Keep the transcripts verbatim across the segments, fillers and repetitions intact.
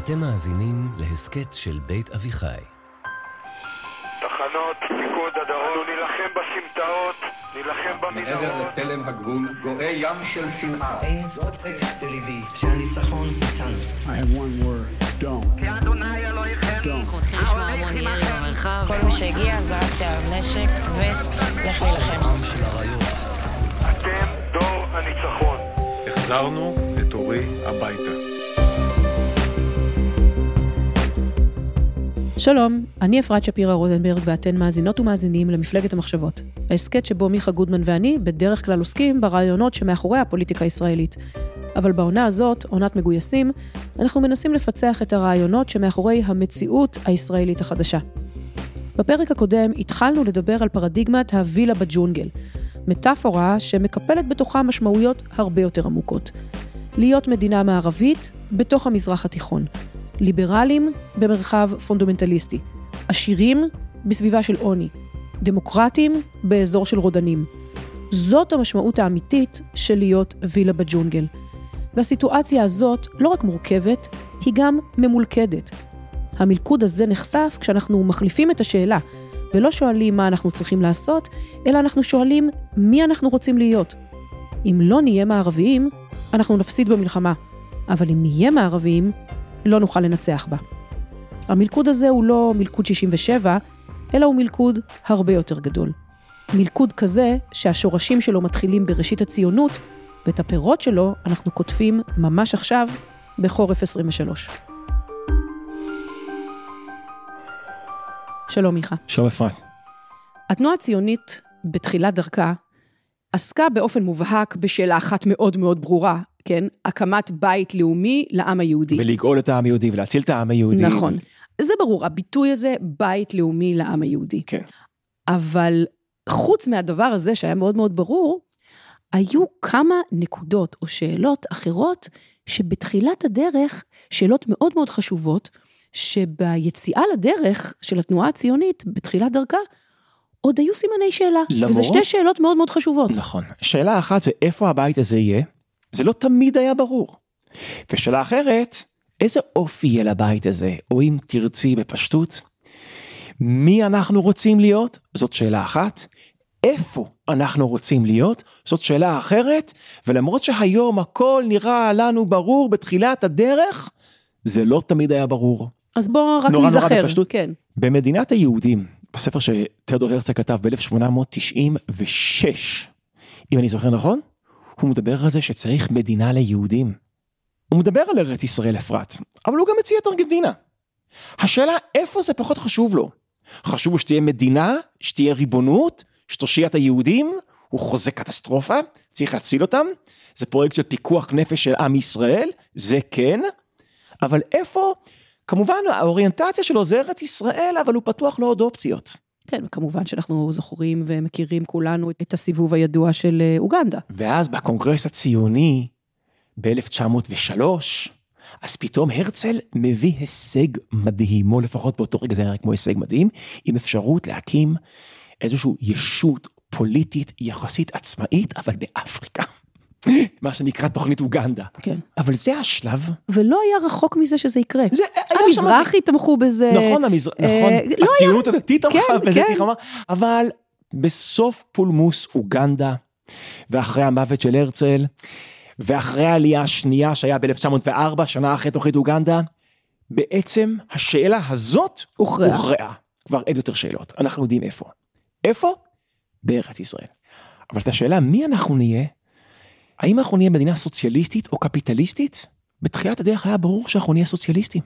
אתם מאזינים להסכת של בית אביחי. תחנות, פיקוד הדרום, נלחם בסמטאות, נלחם במנהרות. מעבר לתלם הגבול, גואה ים של שנאה. אין זאת בקחת ליבי, שהניצחון איתנו. I have one word, don't. כאדוני אלוהיכם, אנחנו מתחילים לשמוע המון ירי במרחב. כל מי שהגיע זרקתי עליו נשק, וסט, לך להילחם. אתם דור הניצחון. החזרנו את אורי הביתה. שלום, אני אפרת שפירא רוזנברג ואתן מאזינות ומאזינים למפלגת המחשבות. ההסכת שבו מיכה גודמן ואני בדרך כלל עוסקים ברעיונות שמאחורי הפוליטיקה הישראלית. אבל בעונה הזאת, עונת מגויסים, אנחנו מנסים לפצח את הרעיונות שמאחורי המציאות הישראלית החדשה. בפרק הקודם התחלנו לדבר על פרדיגמת הווילה בג'ונגל, מטאפורה שמקפלת בתוכה משמעויות הרבה יותר עמוקות. להיות מדינה מערבית בתוך המזרח התיכון. ליברלים במרחב פונדמנטליסטי, עשירים בסביבה של עוני, דמוקרטים באזור של רודנים. זאת המשמעות האמיתית של להיות וילה בג'ונגל. והסיטואציה הזאת לא רק מורכבת, היא גם ממולכדת. המלכוד הזה נחשף כשאנחנו מחליפים את השאלה, ולא שואלים מה אנחנו צריכים לעשות, אלא אנחנו שואלים מי אנחנו רוצים להיות. אם לא נהיה מערביים, אנחנו נפסיד במלחמה. אבל אם נהיה מערביים, לא נוכל לנצח בה. המלכוד הזה הוא לא מלכוד שישים ושבע, אלא הוא מלכוד הרבה יותר גדול. מלכוד כזה שהשורשים שלו מתחילים בראשית הציונות, ואת הפירות שלו אנחנו כותבים ממש עכשיו בחורף עשרים ושלוש. שלום מיכה. שלום אפרת. התנועה הציונית בתחילת דרכה עסקה באופן מובהק בשאלה אחת מאוד מאוד ברורה, כן? הקמת בית לאומי לעם היהודי. ולגאול את העם היהודי ולהציל את העם היהודי. נכון. זה ברור, הביטוי הזה בית לאומי לעם היהודי. כן. אבל חוץ מהדבר הזה שהיה מאוד מאוד ברור, היו כמה נקודות או שאלות אחרות שבתחילת הדרך, שאלות מאוד מאוד חשובות, שביציאה לדרך של התנועה הציונית בתחילת דרכה, עוד היו סימני שאלה. למרות... וזה שתי שאלות מאוד מאוד חשובות. נכון. שאלה אחת זה איפה הבית הזה יהיה, זה לא תמיד היה ברור. ושאלה אחרת, איזה אופי יהיה לבית הזה, או אם תרצי בפשטות, מי אנחנו רוצים להיות? זאת שאלה אחת. איפה אנחנו רוצים להיות? זאת שאלה אחרת. ולמרות שהיום הכל נראה לנו ברור בתחילת הדרך, זה לא תמיד היה ברור. אז בואו רק נורא נזכר. נורא בפשטות. כן. במדינת היהודים, בספר שתיאודור הרצל כתב ב-אלף שמונה מאות תשעים ושש, אם אני זוכר נכון, הוא מדבר על זה שצריך מדינה ליהודים. הוא מדבר על ארץ ישראל אפרת, אבל הוא גם מציע את ארגנטינה. השאלה איפה זה פחות חשוב לו. חשוב שתהיה מדינה, שתהיה ריבונות, שתושיע את היהודים, הוא חוזה קטסטרופה, צריך להציל אותם, זה פרויקט של פיקוח נפש של עם ישראל, זה כן, אבל איפה, כמובן האוריינטציה שלו זה ארץ ישראל, אבל הוא פתוח לעוד אופציות. כן, כמובן שאנחנו זוכרים ומכירים כולנו את הסיבוב הידוע של אוגנדה. ואז בקונגרס הציוני, ב-אלף תשע מאות ושלוש, אז פתאום הרצל מביא הישג מדהים, או לפחות באותו רגע זה היה כמו הישג מדהים, עם אפשרות להקים איזושהי ישות פוליטית יחסית עצמאית, אבל באפריקה. מה שנקרא תוכנית אוגנדה. כן. אבל זה השלב. ולא היה רחוק מזה שזה יקרה. זה, המזרחי תמכו בזה. נכון, המזר... נכון. לא הציונות היה... הדתית תמכה כן, בזה, כן. תחמה. אבל בסוף פולמוס אוגנדה, ואחרי המוות של הרצל, ואחרי העלייה השנייה שהיה ב-אלף תשע מאות וארבע, שנה אחרי תוכנית אוגנדה, בעצם השאלה הזאת הוכרעה. הוכרעה. כבר אין יותר שאלות. אנחנו יודעים איפה. איפה? בארץ ישראל. אבל את השאלה, מי אנחנו נהיה? האם אנחנו נהיה מדינה סוציאליסטית או קפיטליסטית? בתחילת הדרך היה ברור שאנחנו נהיה סוציאליסטים.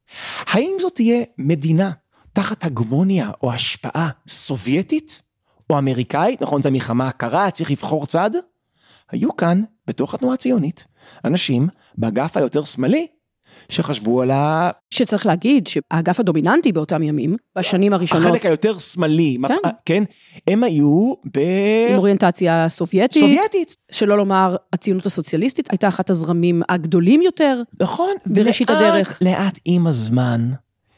האם זאת תהיה מדינה תחת הגמוניה או השפעה סובייטית או אמריקאית? נכון, זה מלחמה קרה, צריך לבחור צד. היו כאן, בתוך התנועה הציונית, אנשים באגף היותר שמאלי, שחשבו על ה... שצריך להגיד שהאגף הדומיננטי באותם ימים, בשנים הראשונות... החלק היותר שמאלי, כן. כן? הם היו ב... עם אוריינטציה סובייטית. סובייטית. שלא לומר, הציונות הסוציאליסטית הייתה אחת הזרמים הגדולים יותר. נכון. בראשית ולאט, הדרך. לאט עם הזמן,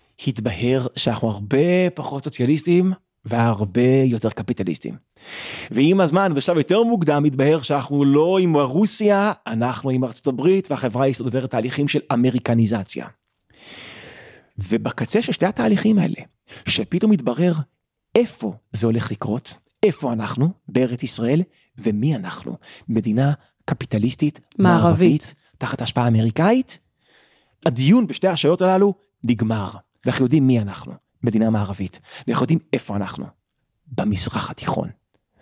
התבהר שאנחנו הרבה פחות סוציאליסטים, והרבה יותר קפיטליסטים. ועם הזמן, בשלב יותר מוקדם, התבהר שאנחנו לא עם רוסיה, אנחנו עם ארצות הברית, והחברה הישראלית עוברת תהליכים של אמריקניזציה. ובקצה של שתי התהליכים האלה, שפתאום מתברר איפה זה הולך לקרות, איפה אנחנו בארץ ישראל, ומי אנחנו, מדינה קפיטליסטית, מערבית, מערבית תחת השפעה אמריקאית, הדיון בשתי השאלות הללו נגמר, ואנחנו יודעים מי אנחנו, מדינה מערבית, ואנחנו יודעים איפה אנחנו, במזרח התיכון.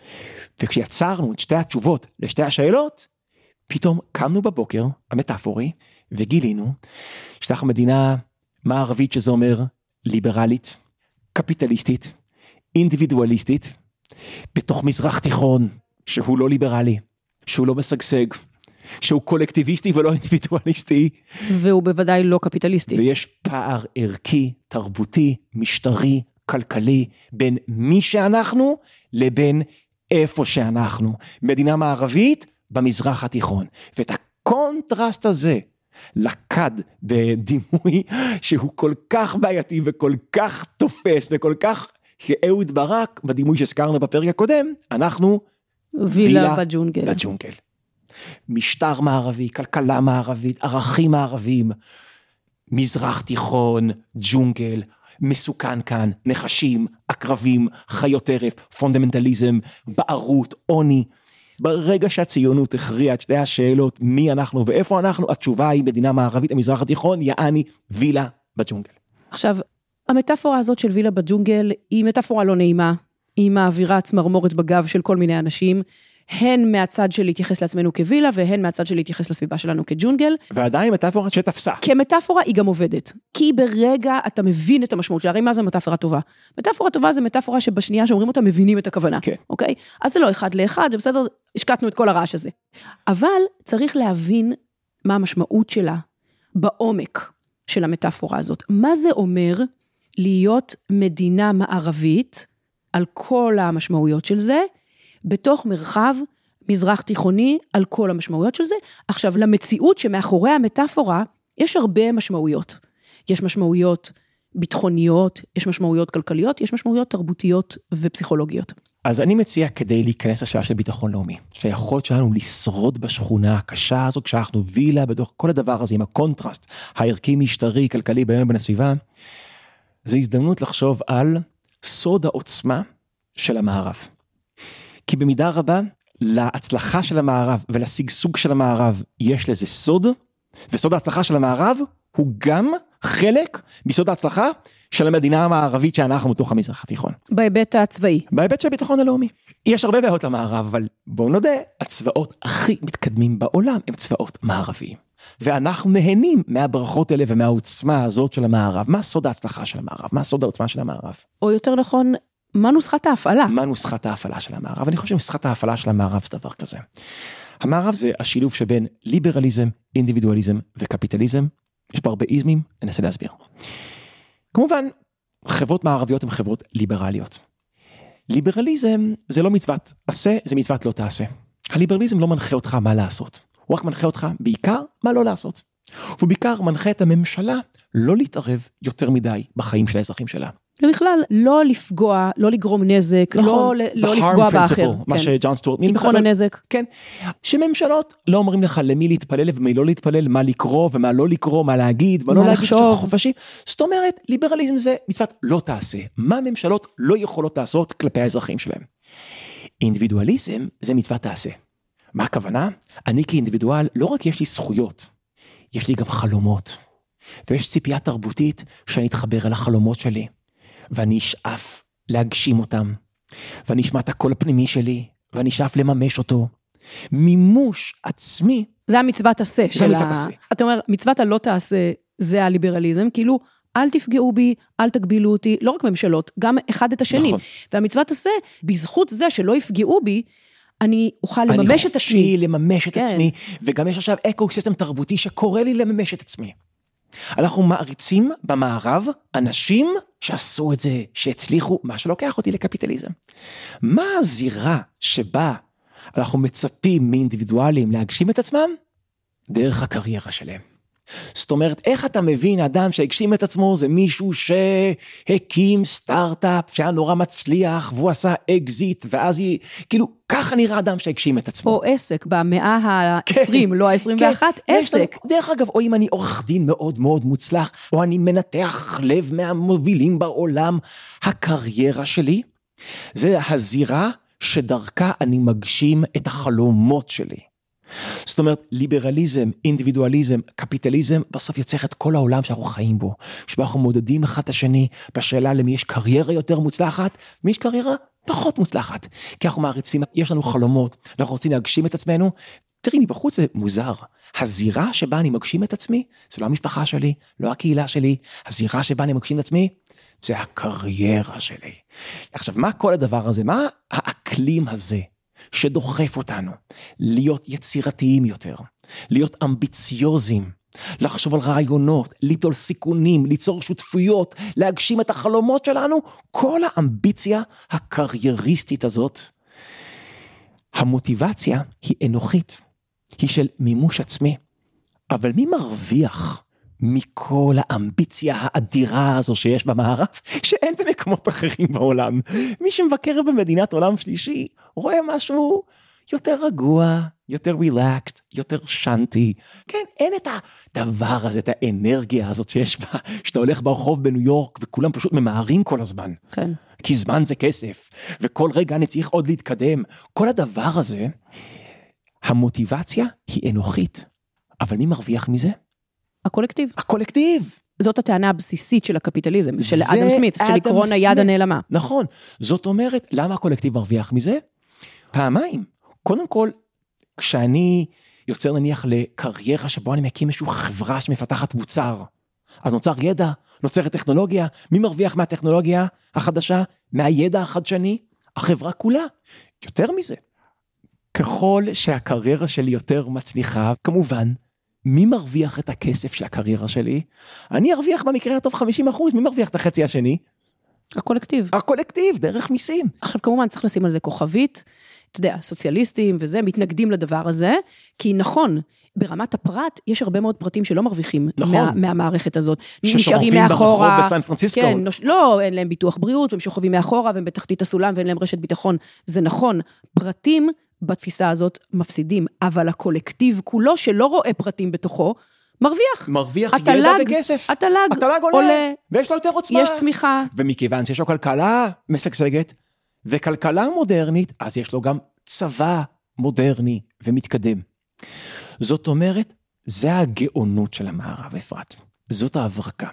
וכשיצרנו את שתי התשובות לשתי השאלות, פתאום קמנו בבוקר, המטאפורי, וגילינו, שאנחנו מדינה מערבית, שזה אומר ליברלית, קפיטליסטית, אינדיבידואליסטית, בתוך מזרח תיכון, שהוא לא ליברלי, שהוא לא משגשג, שהוא קולקטיביסטי ולא אינדיבידואליסטי. והוא בוודאי לא קפיטליסטי. ויש פער ערכי, תרבותי, משטרי, כלכלי, בין מי שאנחנו, לבין איפה שאנחנו. מדינה מערבית במזרח התיכון. ואת הקונטרסט הזה, לקד בדימוי שהוא כל כך בעייתי וכל כך תופס וכל כך שאהוד ברק, בדימוי שהזכרנו בפרק הקודם, אנחנו וילה, וילה בג'ונגל. בג'ונגל. משטר מערבי, כלכלה מערבית, ערכים מערבים, מזרח תיכון, ג'ונגל, מסוכן כאן, נחשים, עקרבים, חיות טרף, פונדמנטליזם, בערות, עוני. ברגע שהציונות הכריעה את שתי השאלות, מי אנחנו ואיפה אנחנו, התשובה היא מדינה מערבית, המזרח התיכון, יעני וילה בג'ונגל. עכשיו, המטאפורה הזאת של וילה בג'ונגל, היא מטאפורה לא נעימה, היא מעבירה צמרמורת בגב של כל מיני אנשים, הן מהצד של להתייחס לעצמנו כווילה, והן מהצד של להתייחס לסביבה שלנו כג'ונגל. ועדיין מטאפורה שתפסה. כמטאפורה היא גם עובדת, כי ברגע אתה מבין את המשמעות שלה, הרי מה זה מטאפורה טובה? מטאפורה טובה זה מטאפורה שבשנייה שאומרים אותה מבינים את הכוונה, כן. אוקיי? אז זה לא אחד לאחד, ובסדר, השקטנו את כל הרעש הזה. אבל צריך להבין מה המשמעות שלה בעומק של המטאפורה הזאת. מה זה אומר להיות מדינה מערבית, על כל המשמעויות של זה, בתוך מרחב מזרח תיכוני, על כל המשמעויות של זה. עכשיו, למציאות שמאחורי המטאפורה, יש הרבה משמעויות. יש משמעויות ביטחוניות, יש משמעויות כלכליות, יש משמעויות תרבותיות ופסיכולוגיות. אז אני מציע כדי להיכנס לשאלה של ביטחון לאומי, שהיכולת שלנו לשרוד בשכונה הקשה הזאת, כשאנחנו וילה בתוך כל הדבר הזה, עם הקונטרסט, הערכי, משטרי, כלכלי, בינינו בין הסביבה, זה הזדמנות לחשוב על סוד העוצמה של המערב. כי במידה רבה, להצלחה של המערב ולשגשוג של המערב יש לזה סוד, וסוד ההצלחה של המערב הוא גם חלק מסוד ההצלחה של המדינה המערבית שאנחנו בתוך המזרח התיכון. בהיבט הצבאי. בהיבט של הביטחון הלאומי. יש הרבה בעיות למערב, אבל בואו נודה, הצבאות הכי מתקדמים בעולם הם צבאות מערביים. ואנחנו נהנים מהברכות האלה ומהעוצמה הזאת של המערב. מה סוד ההצלחה של המערב? מה סוד העוצמה של המערב? או יותר נכון, מה נוסחת ההפעלה? מה נוסחת ההפעלה של המערב? אני חושב שנוסחת ההפעלה של המערב זה דבר כזה. המערב זה השילוב שבין ליברליזם, אינדיבידואליזם וקפיטליזם. יש פה הרבה איזמים, ננסה להסביר. כמובן, חברות מערביות הן חברות ליברליות. ליברליזם זה לא מצוות עשה, זה מצוות לא תעשה. הליברליזם לא מנחה אותך מה לעשות. הוא רק מנחה אותך בעיקר מה לא לעשות. הוא בעיקר מנחה את הממשלה לא להתערב יותר מדי בחיים של האזרחים שלה. ובכלל, לא לפגוע, לא לגרום נזק, נכון, לא, לא לפגוע באחר. מה כן. שג'ון סטוארט מיל עקרון הנזק. כן, שממשלות לא אומרים לך למי להתפלל ומי לא להתפלל, מה לקרוא ומה לא לקרוא, מה להגיד, מה לא להגיד, חופשי. זאת אומרת, ליברליזם זה מצוות לא תעשה. מה ממשלות לא יכולות לעשות כלפי האזרחים שלהם? אינדיבידואליזם זה מצוות תעשה. מה הכוונה? אני כאינדיבידואל, לא רק יש לי זכויות, יש לי גם חלומות. ויש ציפייה תרבותית שאני אתחבר אל החלומות שלי. ואני אשאף להגשים אותם, ואני אשמע את הקול הפנימי שלי, ואני אשאף לממש אותו. מימוש עצמי. זה המצוות עשה. זה המצוות עשה. אתה אומר, מצוות הלא תעשה, זה הליברליזם, כאילו, אל תפגעו בי, אל תגבילו אותי, לא רק ממשלות, גם אחד את השני. נכון. והמצוות עשה, בזכות זה שלא יפגעו בי, אני אוכל לממש את עצמי. אני חופשי לממש את כן. עצמי, וגם יש עכשיו אקו-סיסטם תרבותי שקורא לי לממש את עצמי. אנחנו מעריצים במערב אנשים שעשו את זה, שהצליחו, מה שלוקח אותי לקפיטליזם. מה הזירה שבה אנחנו מצפים מאינדיבידואלים להגשים את עצמם? דרך הקריירה שלהם. זאת אומרת, איך אתה מבין אדם שהגשים את עצמו, זה מישהו שהקים סטארט-אפ, שהיה נורא מצליח, והוא עשה אקזיט, ואז היא, כאילו, ככה נראה אדם שהגשים את עצמו. או עסק, במאה ה-עשרים, לא ה-עשרים ואחת, עסק. דרך אגב, או אם אני עורך דין מאוד מאוד מוצלח, או אני מנתח לב מהמובילים בעולם, הקריירה שלי, זה הזירה שדרכה אני מגשים את החלומות שלי. זאת אומרת, ליברליזם, אינדיבידואליזם, קפיטליזם, בסוף יוצר את כל העולם שאנחנו חיים בו, שבו אנחנו מודדים אחד את השני, בשאלה למי יש קריירה יותר מוצלחת, מי יש קריירה פחות מוצלחת, כי אנחנו מעריצים, יש לנו חלומות, אנחנו רוצים להגשים את עצמנו, תראי, מבחוץ זה מוזר, הזירה שבה אני מגשים את עצמי, זה לא המשפחה שלי, לא הקהילה שלי, הזירה שבה אני מגשים את עצמי, זה הקריירה שלי. עכשיו, מה כל הדבר הזה? מה האקלים הזה שדוחף אותנו להיות יצירתיים יותר, להיות אמביציוזים, לחשוב על רעיונות, ליטול סיכונים, ליצור שותפויות, להגשים את החלומות שלנו, כל האמביציה הקרייריסטית הזאת, המוטיבציה היא אנוכית, היא של מימוש עצמי, אבל מי מרוויח מכל האמביציה האדירה הזו שיש במערב, שאין במקומות אחרים בעולם? מי שמבקר במדינת עולם שלישי, רואה משהו יותר רגוע, יותר רילקסט, יותר שנטי. כן, אין את הדבר הזה, את האנרגיה הזאת שיש בה, שאתה הולך ברחוב בניו יורק, וכולם פשוט ממהרים כל הזמן. כן. כי זמן זה כסף, וכל רגע אני צריך עוד להתקדם. כל הדבר הזה, המוטיבציה היא אנוכית, אבל מי מרוויח מזה? הקולקטיב. הקולקטיב. זאת הטענה הבסיסית של הקפיטליזם, של אדם סמית, של עקרון היד הנעלמה. נכון. זאת אומרת, למה הקולקטיב מרוויח מזה? פעמיים. קודם כל, כשאני יוצר נניח לקריירה שבו אני מקים איזושהי חברה שמפתחת מוצר, אז נוצר ידע, נוצרת טכנולוגיה, מי מרוויח מהטכנולוגיה החדשה? מהידע החדשני? החברה כולה. יותר מזה. ככל שהקריירה שלי יותר מצליחה, כמובן, מי מרוויח את הכסף של הקריירה שלי? אני ארוויח במקרה הטוב חמישים אחוז, מי מרוויח את החצי השני? הקולקטיב. הקולקטיב, דרך מיסים. עכשיו כמובן צריך לשים על זה כוכבית, אתה יודע, סוציאליסטים וזה, מתנגדים לדבר הזה, כי נכון, ברמת הפרט, יש הרבה מאוד פרטים שלא מרוויחים נכון. מה, מהמערכת הזאת. ששוכבים ברחוב בסן פרנסיסקו. כן, נוש... לא, אין להם ביטוח בריאות, והם שוכבים מאחורה, והם בתחתית הסולם, ואין להם רשת ביטחון. זה נכון, פרטים בתפיסה הזאת מפסידים, אבל הקולקטיב כולו שלא רואה פרטים בתוכו, מרוויח. מרוויח התלג, ידע וכסף. התלג, התלג עולה, עולה, ויש לו יותר עוצמה. יש צמיחה. ומכיוון שיש לו כלכלה משגשגת, וכלכלה מודרנית, אז יש לו גם צבא מודרני ומתקדם. זאת אומרת, זה הגאונות של המערב, אפרת. זאת ההברקה.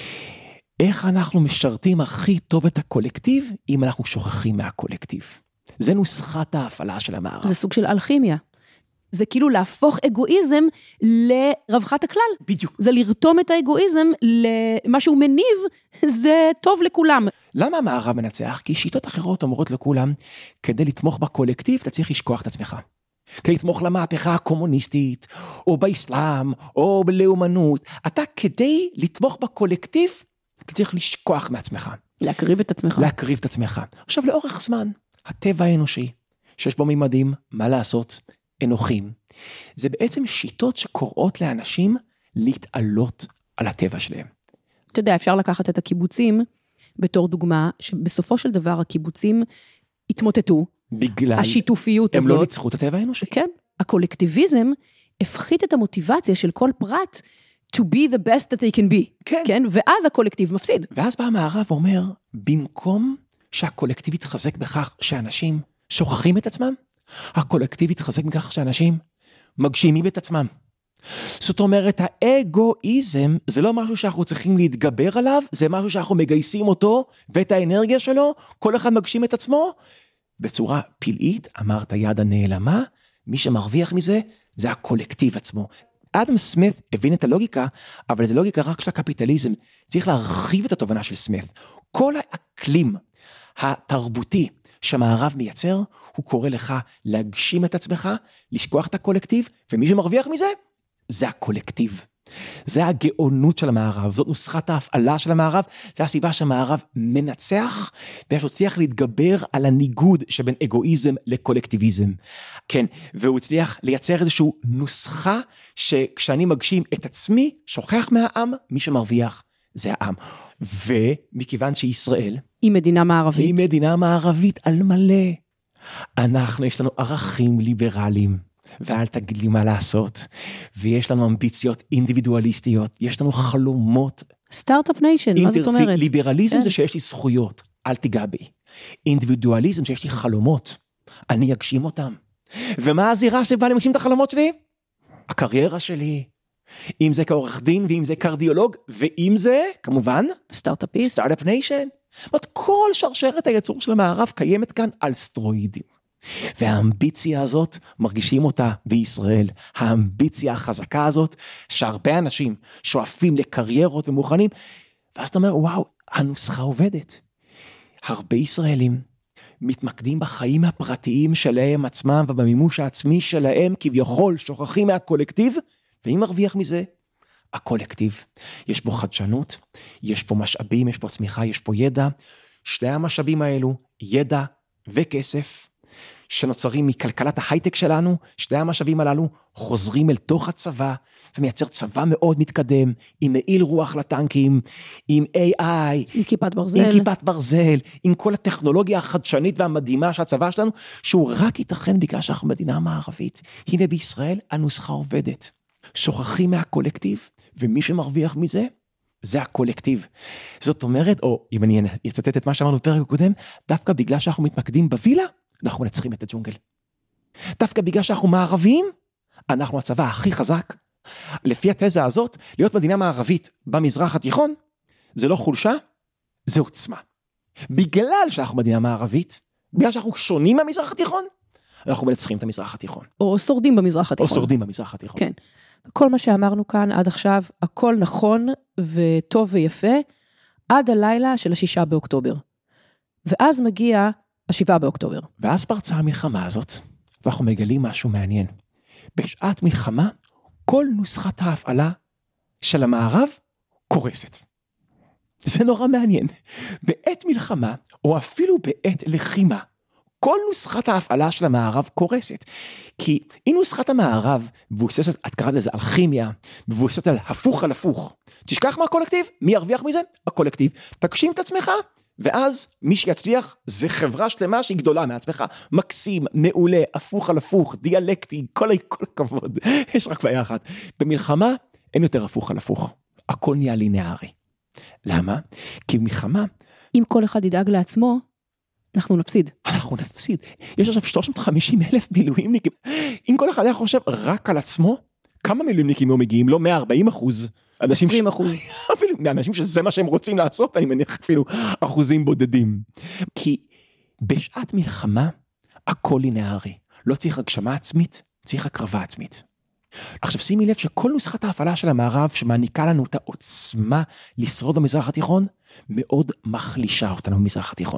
איך אנחנו משרתים הכי טוב את הקולקטיב, אם אנחנו שוכחים מהקולקטיב. זה נוסחת ההפעלה של המערב. זה סוג של אלכימיה. זה כאילו להפוך אגואיזם לרווחת הכלל. בדיוק. זה לרתום את האגואיזם למה שהוא מניב, זה טוב לכולם. למה המערב מנצח? כי שיטות אחרות אומרות לכולם, כדי לתמוך בקולקטיב, אתה צריך לשכוח את עצמך. כדי לתמוך למהפכה הקומוניסטית, או באסלאם, או בלאומנות. אתה כדי לתמוך בקולקטיב, אתה צריך לשכוח מעצמך. להקריב את עצמך. להקריב את עצמך. עכשיו, לאורך זמן, הטבע האנושי, שיש בו מימדים, מה לעשות, אנוכים, זה בעצם שיטות שקוראות לאנשים להתעלות על הטבע שלהם. אתה יודע, אפשר לקחת את הקיבוצים בתור דוגמה, שבסופו של דבר הקיבוצים התמוטטו, בגלל השיתופיות הם הזאת. הם לא ניצחו את הטבע האנושי. כן, הקולקטיביזם הפחית את המוטיבציה של כל פרט to be the best that they can be. כן. כן? ואז הקולקטיב מפסיד. ואז בא המערב ואומר, במקום שהקולקטיב יתחזק בכך שאנשים שוכחים את עצמם, הקולקטיב יתחזק בכך שאנשים מגשימים את עצמם. זאת אומרת, האגואיזם זה לא משהו שאנחנו צריכים להתגבר עליו, זה משהו שאנחנו מגייסים אותו ואת האנרגיה שלו, כל אחד מגשים את עצמו, בצורה פלאית, אמרת יד הנעלמה, מי שמרוויח מזה זה הקולקטיב עצמו. אדם סמית הבין את הלוגיקה, אבל זה לוגיקה רק של הקפיטליזם, צריך להרחיב את התובנה של סמית. כל האקלים התרבותי שהמערב מייצר, הוא קורא לך להגשים את עצמך, לשכוח את הקולקטיב, ומי שמרוויח מזה, זה הקולקטיב. זה הגאונות של המערב, זאת נוסחת ההפעלה של המערב, זה הסיבה שהמערב מנצח, והוא הצליח להתגבר על הניגוד שבין אגואיזם לקולקטיביזם. כן, והוא הצליח לייצר איזושהי נוסחה, שכשאני מגשים את עצמי, שוכח מהעם, מי שמרוויח זה העם. ומכיוון שישראל, היא מדינה מערבית. היא מדינה מערבית על מלא. אנחנו, יש לנו ערכים ליברליים, ואל תגיד לי מה לעשות, ויש לנו אמביציות אינדיבידואליסטיות, יש לנו חלומות. סטארט-אפ ניישן, מה זאת אומרת? ליברליזם זה שיש לי זכויות, אל תיגע בי. אינדיבידואליזם שיש לי חלומות, אני אגשים אותם. ומה הזירה שבה אני מגשים את החלומות שלי? הקריירה שלי. אם זה כעורך דין, ואם זה קרדיולוג, ואם זה, כמובן, סטארט-אפיסט. סטארט-אפ ניישן. זאת אומרת, כל שרשרת הייצור של המערב קיימת כאן על סטרואידים. והאמביציה הזאת, מרגישים אותה בישראל, האמביציה החזקה הזאת, שהרבה אנשים שואפים לקריירות ומוכנים, ואז אתה אומר, וואו, הנוסחה עובדת. הרבה ישראלים מתמקדים בחיים הפרטיים שלהם עצמם, ובמימוש העצמי שלהם, כביכול שוכחים מהקולקטיב, ואם מרוויח מזה, הקולקטיב. יש פה חדשנות, יש פה משאבים, יש פה צמיחה, יש פה ידע. שני המשאבים האלו, ידע וכסף, שנוצרים מכלכלת ההייטק שלנו, שני המשאבים הללו חוזרים אל תוך הצבא, ומייצר צבא מאוד מתקדם, עם מעיל רוח לטנקים, עם איי איי, עם כיפת ברזל, עם כיפת ברזל, עם כל הטכנולוגיה החדשנית והמדהימה שהצבא שלנו, שהוא רק ייתכן בגלל שאנחנו מדינה מערבית. הנה בישראל הנוסחה עובדת. שוכחים מהקולקטיב, ומי שמרוויח מזה, זה הקולקטיב. זאת אומרת, או אם אני אצטט את מה שאמרנו בפרק הקודם, דווקא בגלל שאנחנו מתמקדים בווילה, אנחנו מנצחים את הג'ונגל. דווקא בגלל שאנחנו מערביים, אנחנו הצבא הכי חזק. לפי התזה הזאת, להיות מדינה מערבית במזרח התיכון, זה לא חולשה, זה עוצמה. בגלל שאנחנו מדינה מערבית, בגלל שאנחנו שונים מהמזרח התיכון, אנחנו מנצחים את המזרח התיכון. או שורדים במזרח התיכון. או שורדים במזרח התיכון. כן. כל מה שאמרנו כאן עד עכשיו, הכל נכון וטוב ויפה, עד הלילה של השישה באוקטובר. ואז מגיע השבעה באוקטובר. ואז פרצה המלחמה הזאת, ואנחנו מגלים משהו מעניין. בשעת מלחמה, כל נוסחת ההפעלה של המערב קורסת. זה נורא מעניין. בעת מלחמה, או אפילו בעת לחימה, כל נוסחת ההפעלה של המערב קורסת. כי אם נוסחת המערב מבוססת, את קראת לזה אלכימיה, מבוססת על הפוך על הפוך. תשכח מהקולקטיב, מי ירוויח מזה? הקולקטיב. תגשים את עצמך, ואז מי שיצליח זה חברה שלמה שהיא גדולה מעצמך. מקסים, מעולה, הפוך על הפוך, דיאלקטי, כל הכבוד. יש רק בעיה אחת. במלחמה אין יותר הפוך על הפוך. הכל נהיה לינארי. למה? כי במלחמה, אם כל אחד ידאג לעצמו, אנחנו נפסיד. אנחנו נפסיד. יש עכשיו שלוש מאות וחמישים אלף מילואימניקים. אם כל אחד היה חושב רק על עצמו, כמה מילואימניקים לא מגיעים? לא מאה וארבעים אחוז. עשרים אחוז. אפילו מאנשים שזה מה שהם רוצים לעשות, אני מניח אפילו אחוזים בודדים. כי בשעת מלחמה, הכל לינארי. לא צריך הגשמה עצמית, צריך הקרבה עצמית. עכשיו שימי לב שכל נוסחת ההפעלה של המערב שמעניקה לנו את העוצמה לשרוד במזרח התיכון, מאוד מחלישה אותנו במזרח התיכון.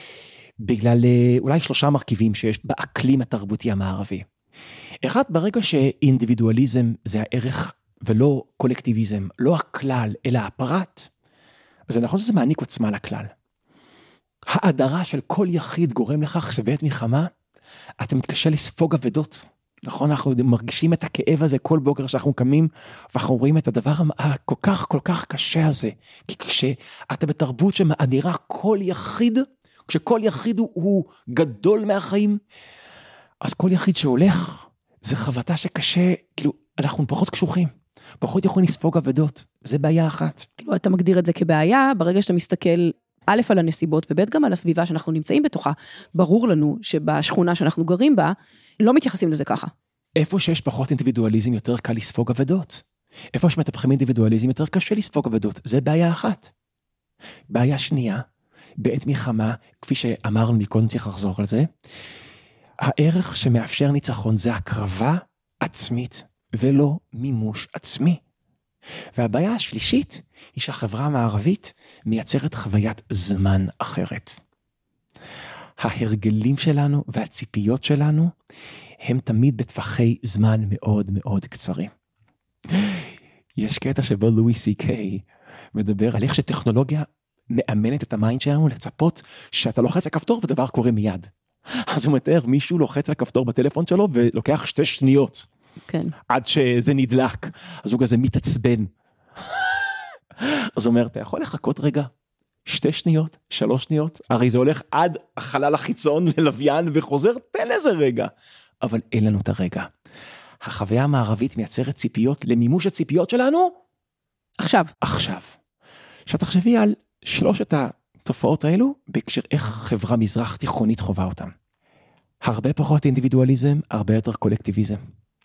בגלל אולי שלושה מרכיבים שיש באקלים התרבותי המערבי. אחד, ברגע שאינדיבידואליזם זה הערך ולא קולקטיביזם, לא הכלל אלא הפרט, אז זה נכון שזה מעניק עוצמה לכלל. האדרה של כל יחיד גורם לכך שבעת מלחמה, אתה מתקשה לספוג אבדות. נכון, אנחנו מרגישים את הכאב הזה כל בוקר שאנחנו קמים, ואנחנו רואים את הדבר הכל כך כל כך קשה הזה. כי כשאתה בתרבות שמאדירה כל יחיד, כשכל יחיד הוא, הוא גדול מהחיים, אז כל יחיד שהולך, זה חוותה שקשה, כאילו, אנחנו פחות קשוחים, פחות יכולים לספוג אבדות, זה בעיה אחת. כאילו, אתה מגדיר את זה כבעיה, ברגע שאתה מסתכל, א' על הנסיבות, וב' גם על הסביבה שאנחנו נמצאים בתוכה, ברור לנו שבשכונה שאנחנו גרים בה, לא מתייחסים לזה ככה. איפה שיש פחות אינדיבידואליזם, יותר קל לספוג אבדות. איפה שמטפחים אינדיבידואליזם, יותר קשה לספוג אבדות, זה בעיה אחת. בעיה שנייה, בעת מלחמה, כפי שאמרנו מקודם, צריך לחזור על זה, הערך שמאפשר ניצחון זה הקרבה עצמית, ולא מימוש עצמי. והבעיה השלישית, היא שהחברה המערבית מייצרת חוויית זמן אחרת. ההרגלים שלנו והציפיות שלנו, הם תמיד בטווחי זמן מאוד מאוד קצרים. יש קטע שבו לואי סי קיי מדבר על איך שטכנולוגיה מאמנת את המיינד שלנו לצפות שאתה לוחץ על כפתור ודבר קורה מיד. אז הוא מתאר, מישהו לוחץ על כפתור בטלפון שלו ולוקח שתי שניות. כן. עד שזה נדלק. אז הוא כזה מתעצבן. אז הוא אומר, אתה יכול לחכות רגע? שתי שניות, שלוש שניות, הרי זה הולך עד החלל החיצון ללוויין וחוזר, תן לזה רגע. אבל אין לנו את הרגע. החוויה המערבית מייצרת ציפיות למימוש הציפיות שלנו. עכשיו. עכשיו. עכשיו תחשבי על שלושת התופעות האלו, בהקשר איך חברה מזרח תיכונית חובה אותם. הרבה פחות אינדיבידואליזם, הרבה יותר קולקטיביזם.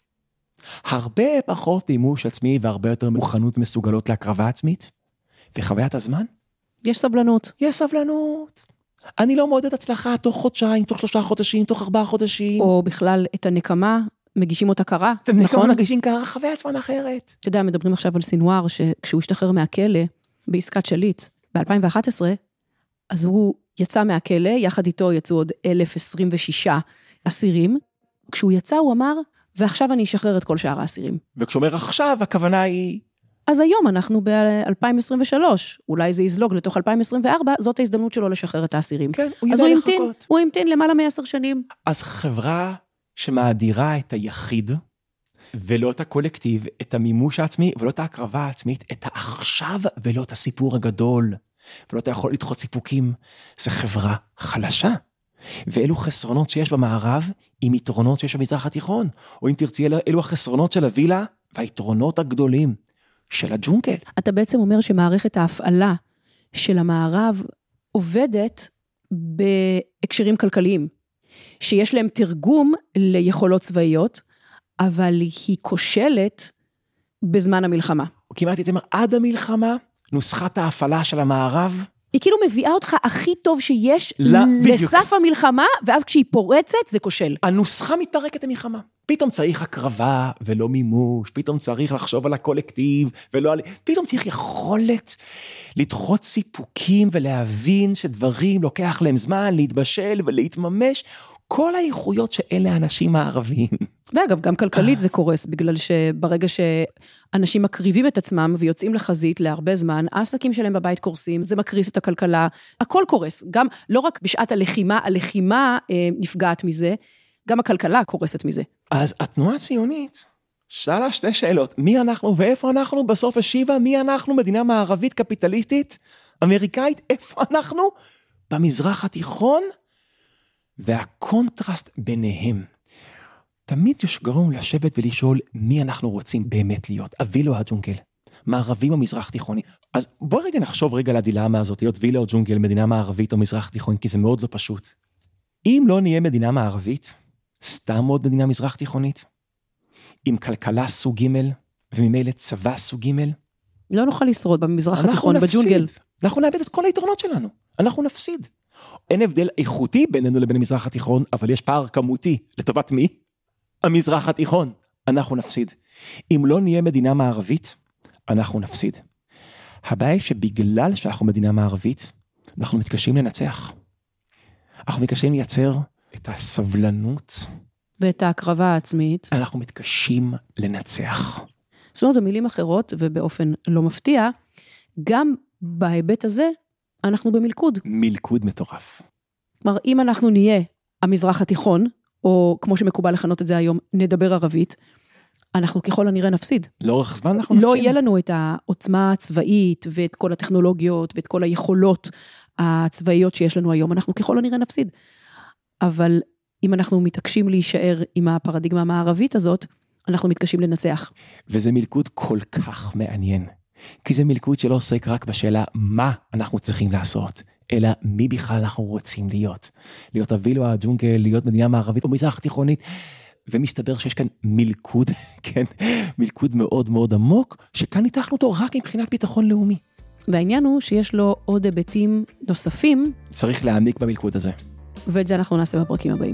הרבה פחות מימוש עצמי, והרבה יותר מוכנות מסוגלות להקרבה עצמית. וחוויית הזמן? יש סבלנות. יש סבלנות. אני לא מעודד הצלחה תוך חודשיים, תוך שלושה חודשים, תוך ארבעה חודשים. או בכלל את הנקמה, מגישים אותה קרה. נכון? מגישים קרה, חוויית זמן אחרת. אתה יודע, מדברים עכשיו על סינואר, שכשהוא השתחרר מהכלא, בעסקת שליט, ב-אלפיים ואחת עשרה, אז הוא יצא מהכלא, יחד איתו יצאו עוד אלף עשרים ושישה אסירים. כשהוא יצא, הוא אמר, ועכשיו אני אשחרר את כל שאר האסירים. וכשאומר עכשיו, הכוונה היא... אז היום אנחנו ב-אלפיים עשרים ושלוש, אולי זה יזלוג לתוך אלפיים עשרים וארבע, זאת ההזדמנות שלו לשחרר את האסירים. כן, הוא אז יודע הוא לחכות. המתין, הוא המתין למעלה מעשר שנים. אז חברה שמאדירה את היחיד, ולא את הקולקטיב, את המימוש העצמי, ולא את ההקרבה העצמית, את העכשיו ולא את הסיפור הגדול, ולא אתה יכול לדחות סיפוקים, זה חברה חלשה. ואלו חסרונות שיש במערב, עם יתרונות שיש במזרח התיכון, או אם תרצי, אלו החסרונות של הווילה, והיתרונות הגדולים של הג'ונגל. אתה בעצם אומר שמערכת ההפעלה של המערב עובדת בהקשרים כלכליים, שיש להם תרגום ליכולות צבאיות, אבל היא כושלת בזמן המלחמה. כמעט הייתי אומר, עד המלחמה, נוסחת ההפעלה של המערב, היא כאילו מביאה אותך הכי טוב שיש לא, לסף המלחמה, ואז כשהיא פורצת זה כושל. הנוסחה מתפרקת המלחמה. פתאום צריך הקרבה ולא מימוש, פתאום צריך לחשוב על הקולקטיב, ולא על... פתאום צריך יכולת לדחות סיפוקים ולהבין שדברים לוקח להם זמן להתבשל ולהתממש, כל האיכויות שאלה האנשים הערבים. ואגב, גם כלכלית זה קורס, בגלל שברגע שאנשים מקריבים את עצמם ויוצאים לחזית להרבה זמן, העסקים שלהם בבית קורסים, זה מקריס את הכלכלה, הכל קורס, גם לא רק בשעת הלחימה, הלחימה אה, נפגעת מזה, גם הכלכלה קורסת מזה. אז התנועה הציונית שאלה שתי שאלות, מי אנחנו ואיפה אנחנו? בסוף השיבה, מי אנחנו? מדינה מערבית קפיטליסטית, אמריקאית, איפה אנחנו? במזרח התיכון, והקונטרסט ביניהם. תמיד יש גרום לשבת ולשאול מי אנחנו רוצים באמת להיות, הווילה או הג'ונגל, מערבים או מזרח תיכוני. אז בוא רגע נחשוב רגע לדילמה הזאת, להיות וילה או ג'ונגל, מדינה מערבית או מזרח תיכון, כי זה מאוד לא פשוט. אם לא נהיה מדינה מערבית, סתם עוד מדינה מזרח תיכונית, עם כלכלה סוג ג' וממילא צבא סוג ג', לא נוכל לשרוד במזרח התיכון, בג'ונגל. אנחנו נאבד את כל היתרונות שלנו, אנחנו נפסיד. אין הבדל איכותי בינינו לבין המזרח התיכון, אבל יש פער כמותי. לטובת מי? המזרח התיכון. אנחנו נפסיד. אם לא נהיה מדינה מערבית, אנחנו נפסיד. הבעיה היא שבגלל שאנחנו מדינה מערבית, אנחנו מתקשים לנצח. אנחנו מתקשים לייצר את הסבלנות. ואת ההקרבה העצמית. אנחנו מתקשים לנצח. זאת אומרת, במילים אחרות, ובאופן לא מפתיע, גם בהיבט הזה, אנחנו במלכוד. מלכוד מטורף. כלומר, אם אנחנו נהיה המזרח התיכון, או כמו שמקובל לכנות את זה היום, נדבר ערבית, אנחנו ככל הנראה נפסיד. לאורך זמן אנחנו נפסיד. לא יהיה לנו את העוצמה הצבאית, ואת כל הטכנולוגיות, ואת כל היכולות הצבאיות שיש לנו היום, אנחנו ככל הנראה נפסיד. אבל אם אנחנו מתעקשים להישאר עם הפרדיגמה המערבית הזאת, אנחנו מתקשים לנצח. וזה מלכוד כל כך מעניין. כי זה מלכוד שלא עוסק רק בשאלה מה אנחנו צריכים לעשות, אלא מי בכלל אנחנו רוצים להיות. להיות הווילה או הג'ונגל, להיות מדינה מערבית או מזרח תיכונית, ומסתבר שיש כאן מלכוד, כן, מלכוד מאוד מאוד עמוק, שכאן ניתחנו אותו רק מבחינת ביטחון לאומי. והעניין הוא שיש לו עוד היבטים נוספים. צריך להעמיק במלכוד הזה. ואת זה אנחנו נעשה בפרקים הבאים.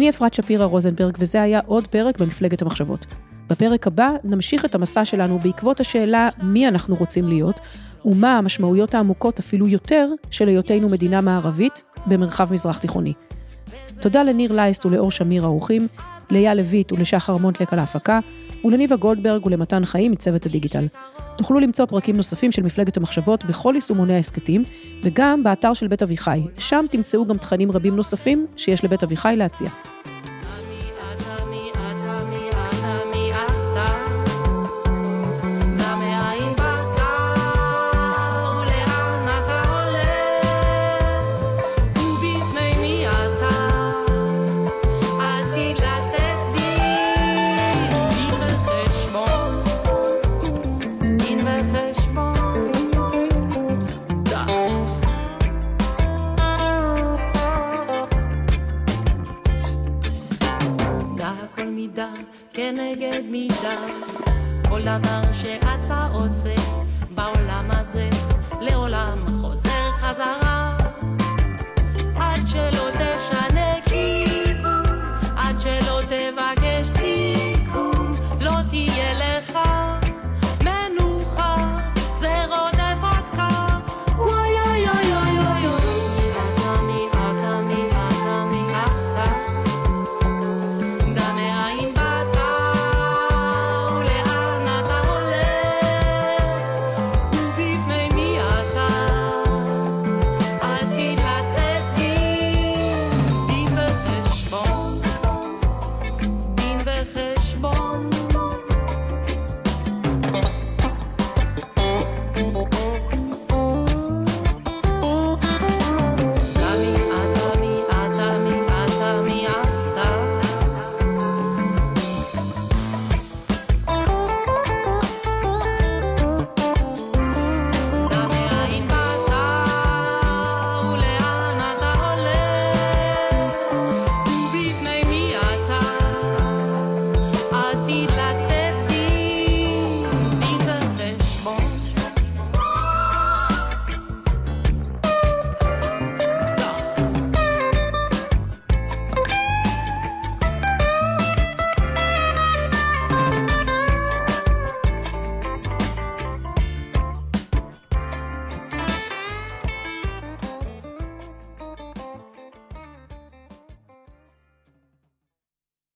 אני אפרת שפירא רוזנברג, וזה היה עוד פרק במפלגת המחשבות. בפרק הבא נמשיך את המסע שלנו בעקבות השאלה מי אנחנו רוצים להיות, ומה המשמעויות העמוקות אפילו יותר של היותנו מדינה מערבית במרחב מזרח תיכוני. תודה לניר לייסט ולאור שמיר האורחים, לאיה לויט ולשחר מונטלק על ההפקה, ולניבה גולדברג ולמתן חיים מצוות הדיגיטל. תוכלו למצוא פרקים נוספים של מפלגת המחשבות בכל יישומוני העסקתים, וגם באתר של בית אביחי. שם תמצאו גם תכנים רבים נוספים שיש לבית אביחי להציע. כנגד מידה, כל דבר שאתה עושה בעולם הזה